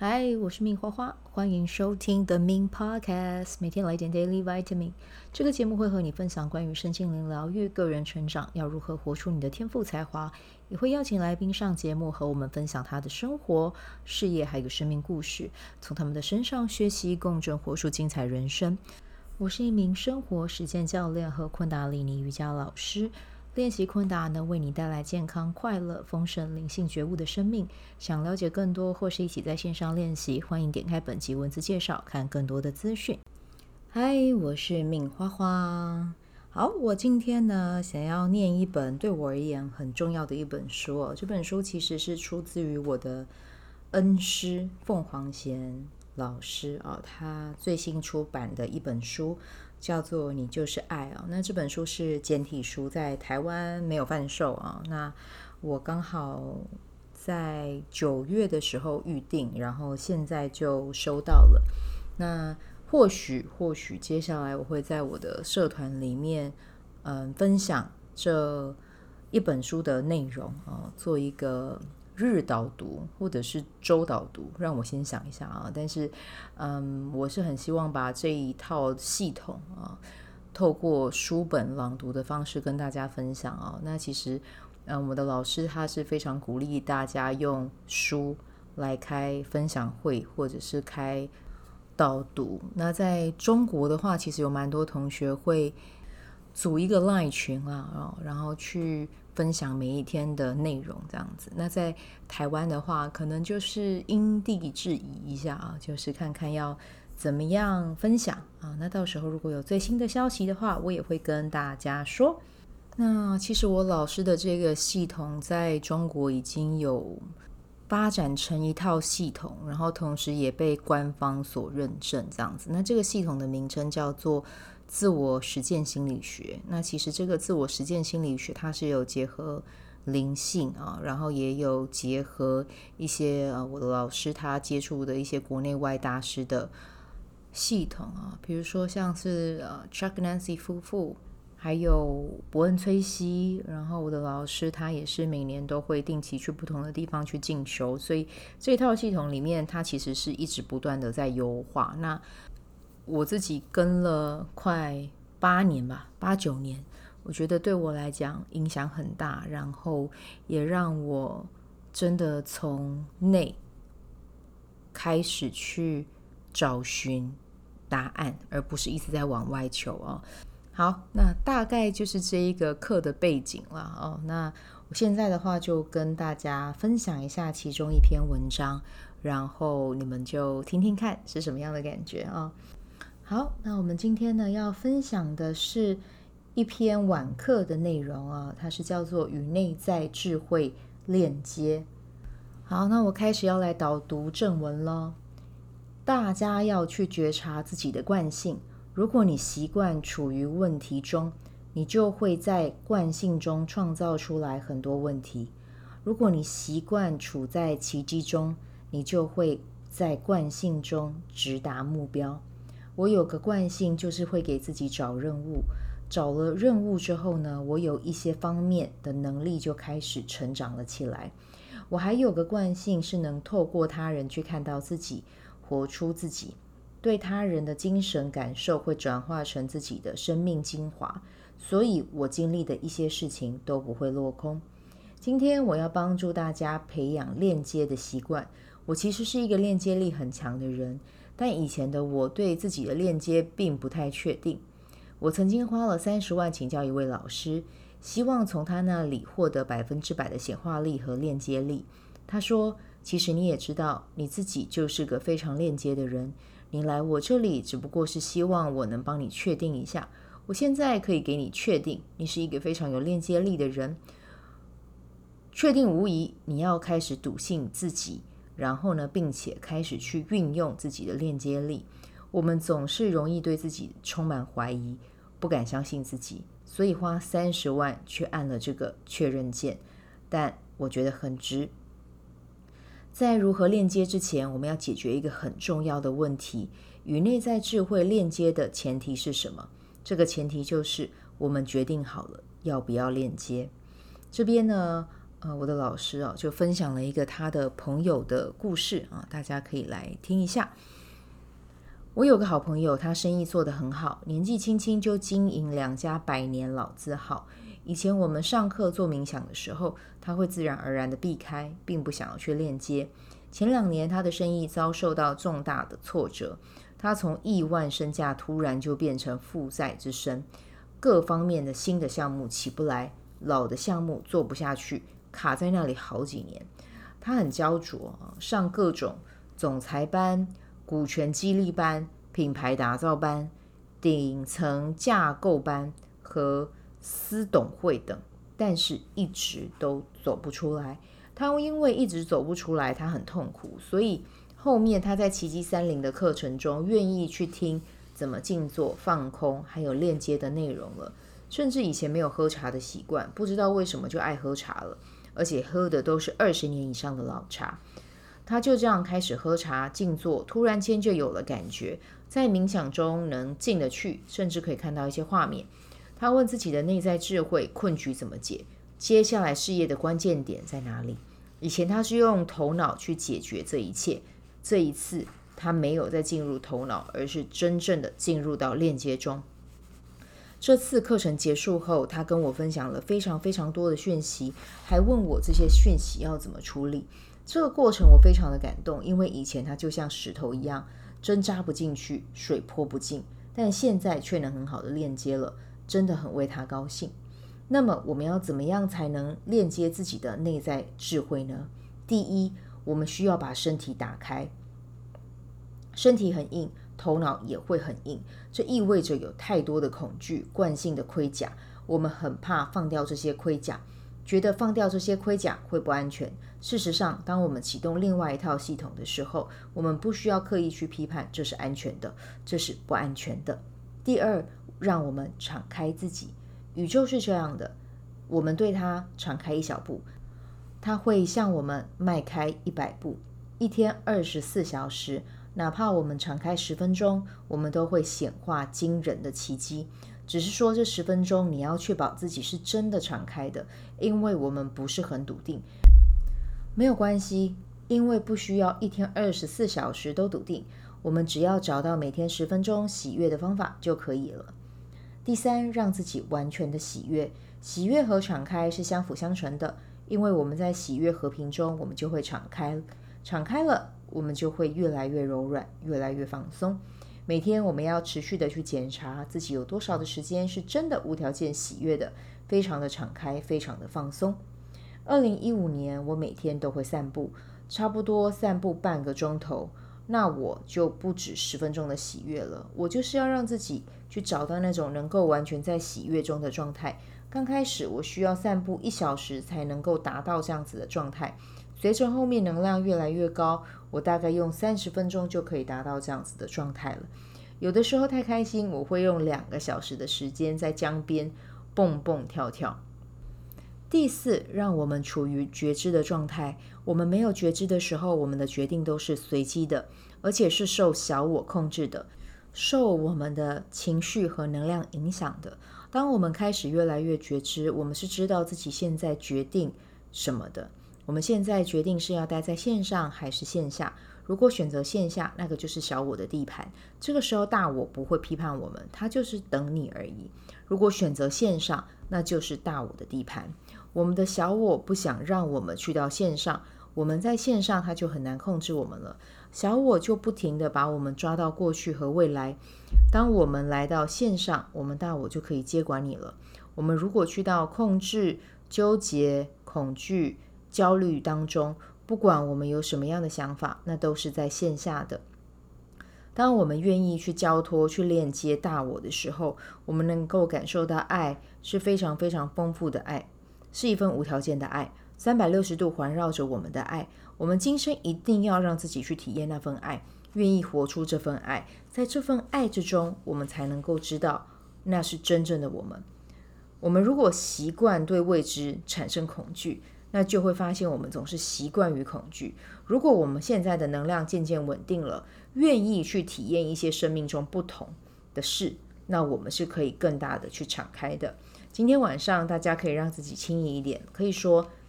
嗨，我是命花花，欢迎收听 The Min Podcast，每天来点 Daily Vitamin。这个节目会和你分享关于身心灵疗愈、个人成长，要如何活出你的天赋才华，也会邀请来宾上节目和我们分享他的生活、事业还有生命故事，从他们的身上学习，共振活出精彩人生。我是一名生活实践教练和昆达里尼瑜伽老师。练习昆达能为你带来健康、快乐、丰盛、灵性觉悟的生命。想了解更多或是一起在线上练习，欢迎点开本集文字介绍，看更多的资讯。嗨，我是命花花。好，我今天呢想要念一本对我而言很重要的一本书哦。这本书其实是出自于我的恩师凤凰贤老师哦，他最新出版的一本书叫做《你就是爱》哦。那这本书是简体书，在台湾没有贩售啊。那我刚好在9月的时候预定，然后现在就收到了。那或许接下来我会在我的社团里面分享这一本书的内容做一个日导读或者是周导读，让我先想一下啊。但是我是很希望把这一套系统透过书本朗读的方式跟大家分享啊。那其实我的老师他是非常鼓励大家用书来开分享会或者是开导读。那在中国的话，其实有蛮多同学会组一个 LINE 群然后去分享每一天的内容这样子。那在台湾的话，可能就是因地制宜一下就是看看要怎么样分享那到时候如果有最新的消息的话，我也会跟大家说。那其实我老师的这个系统在中国已经有发展成一套系统，然后同时也被官方所认证这样子。那这个系统的名称叫做自我实践心理学。那其实这个自我实践心理学它是有结合灵性然后也有结合一些我的老师他接触的一些国内外大师的系统比如说像是Chuck Nancy 夫妇，还有伯恩崔西，然后我的老师他也是每年都会定期去不同的地方去进修，所以这套系统里面它其实是一直不断的在优化。那我自己跟了快8年吧，8、9年，我觉得对我来讲影响很大，然后也让我真的从内开始去找寻答案，而不是一直在往外求好，那大概就是这一个课的背景了那我现在的话就跟大家分享一下其中一篇文章，然后你们就听听看是什么样的感觉好，那我们今天呢要分享的是一篇晚课的内容它是叫做与内在智慧链接。好，那我开始要来导读正文了。大家要去觉察自己的惯性。如果你习惯处于问题中，你就会在惯性中创造出来很多问题。如果你习惯处在奇迹中，你就会在惯性中直达目标。我有个惯性，就是会给自己找任务。找了任务之后呢，我有一些方面的能力就开始成长了起来。我还有个惯性，是能透过他人去看到自己，活出自己。对他人的精神感受会转化成自己的生命精华，所以我经历的一些事情都不会落空。今天我要帮助大家培养链接的习惯。我其实是一个链接力很强的人，但以前的我对自己的链接并不太确定。我曾经花了30万请教一位老师，希望从他那里获得100%的显化力和链接力。他说，其实你也知道，你自己就是个非常链接的人。你来我这里只不过是希望我能帮你确定一下。我现在可以给你确定，你是一个非常有链接力的人。确定无疑，你要开始笃信自己，然后呢，并且开始去运用自己的链接力。我们总是容易对自己充满怀疑，不敢相信自己，所以花30万去按了这个确认键，但我觉得很值。在如何链接之前，我们要解决一个很重要的问题：与内在智慧链接的前提是什么？这个前提就是我们决定好了要不要链接。这边呢， 我的老师就分享了一个他的朋友的故事大家可以来听一下。我有个好朋友，他生意做得很好，年纪轻轻就经营2家100年老字号。以前我们上课做冥想的时候，他会自然而然的避开，并不想要去链接。前2年他的生意遭受到重大的挫折，他从亿万身价突然就变成负债之身，各方面的新的项目起不来，老的项目做不下去，卡在那里好几年。他很焦灼，上各种总裁班、股权激励班、品牌打造班、顶层架构班和私董会等，但是一直都走不出来。他因为一直走不出来，他很痛苦，所以后面他在奇迹30的课程中愿意去听怎么静坐、放空还有链接的内容了。甚至以前没有喝茶的习惯，不知道为什么就爱喝茶了，而且喝的都是20年以上的老茶。他就这样开始喝茶静坐，突然间就有了感觉，在冥想中能进得去，甚至可以看到一些画面。他问自己的内在智慧，困局怎么解？接下来事业的关键点在哪里？以前他是用头脑去解决这一切，这一次他没有再进入头脑，而是真正的进入到链接中。这次课程结束后，他跟我分享了非常非常多的讯息，还问我这些讯息要怎么处理。这个过程我非常的感动，因为以前他就像石头一样，针扎不进去，水泼不进，但现在却能很好的链接了，真的很为他高兴。那么我们要怎么样才能链接自己的内在智慧呢？第一，我们需要把身体打开。身体很硬，头脑也会很硬，这意味着有太多的恐惧、惯性的盔甲，我们很怕放掉这些盔甲，觉得放掉这些盔甲会不安全。事实上，当我们启动另外一套系统的时候，我们不需要刻意去批判这是安全的，这是不安全的。第二，让我们敞开自己。宇宙是这样的，我们对它敞开1小步，它会向我们迈开100步。一天24小时，哪怕我们敞开10分钟，我们都会显化惊人的奇迹。只是说这10分钟你要确保自己是真的敞开的，因为我们不是很笃定。没有关系，因为不需要一天24小时都笃定，我们只要找到每天10分钟喜悦的方法就可以了。第三，让自己完全的喜悦。喜悦和敞开是相辅相成的，因为我们在喜悦和平中，我们就会敞开，敞开了，我们就会越来越柔软，越来越放松。每天我们要持续的去检查自己有多少的时间是真的无条件喜悦的，非常的敞开，非常的放松。2015年我每天都会散步，差不多散步半个钟头，那我就不止10分钟的喜悦了，我就是要让自己去找到那种能够完全在喜悦中的状态。刚开始我需要散步1小时才能够达到这样子的状态，随着后面能量越来越高，我大概用30分钟就可以达到这样子的状态了。有的时候太开心，我会用2个小时的时间在江边蹦蹦跳跳。第四，让我们处于觉知的状态。我们没有觉知的时候，我们的决定都是随机的，而且是受小我控制的，受我们的情绪和能量影响的。当我们开始越来越觉知，我们是知道自己现在决定什么的。我们现在决定是要待在线上还是线下。如果选择线下，那个就是小我的地盘，这个时候大我不会批判我们，他就是等你而已。如果选择线上，那就是大我的地盘。我们的小我不想让我们去到线上，我们在线上他就很难控制我们了。小我就不停地把我们抓到过去和未来。当我们来到线上，我们大我就可以接管你了。我们如果去到控制、纠结、恐惧、焦虑当中，不管我们有什么样的想法，那都是在线下的。当我们愿意去交托、去链接大我的时候，我们能够感受到爱是非常非常丰富的爱，是一份无条件的爱，360度环绕着我们的爱。我们今生一定要让自己去体验那份爱，愿意活出这份爱。在这份爱之中，我们才能够知道那是真正的我们。我们如果习惯对未知产生恐惧，那就会发现我们总是习惯于恐惧。如果我们现在的能量渐渐稳定了，愿意去体验一些生命中不同的事，那我们是可以更大的去敞开的。今天晚上大家可以让自己轻盈一点，可以说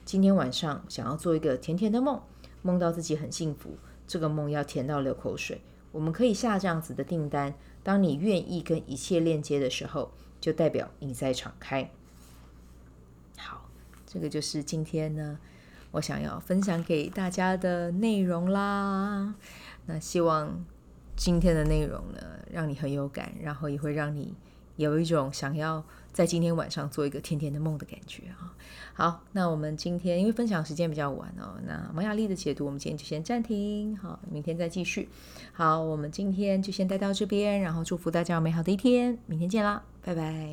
今天晚上想要做一个甜甜的梦，梦到自己很幸福，这个梦要甜到流口水。我们可以下这样子的订单，当你愿意跟一切链接的时候，就代表你在敞开。好，这个就是今天呢我想要分享给大家的内容啦。那希望今天的内容呢让你很有感，然后也会让你有一种想要在今天晚上做一个甜甜的梦的感觉啊。好，那我们今天因为分享时间比较晚哦，那玛雅历的解读我们今天就先暂停，好，明天再继续。好，我们今天就先带到这边，然后祝福大家有美好的一天，明天见啦，拜拜。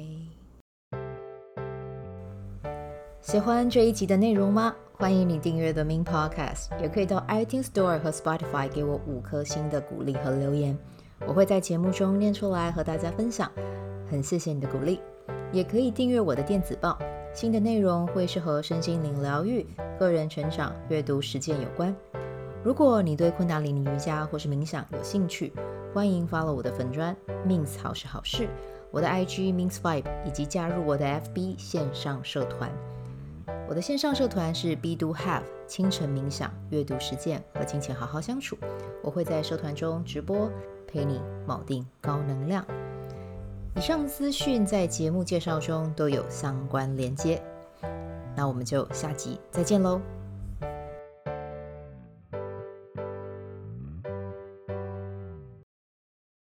喜欢这一集的内容吗？欢迎你订阅 The Min Podcast， 也可以到 iTunes Store 和 Spotify 给我5颗星的鼓励和留言，我会在节目中念出来和大家分享，很谢谢你的鼓励。也可以订阅我的电子报，新的内容会是和身心灵疗愈、个人成长、阅读实践有关。如果你对昆达里尼瑜伽或是冥想有兴趣，欢迎 follow 我的粉专 Mins 好事好事，我的 IG Mins Vibe， 以及加入我的 FB 线上社团。我的线上社团是 Be Do Have 清晨冥想、阅读实践和金钱好好相处，我会在社团中直播，陪你锚定高能量。以上资讯在节目介绍中都有相关连接，那我们就下集再见喽。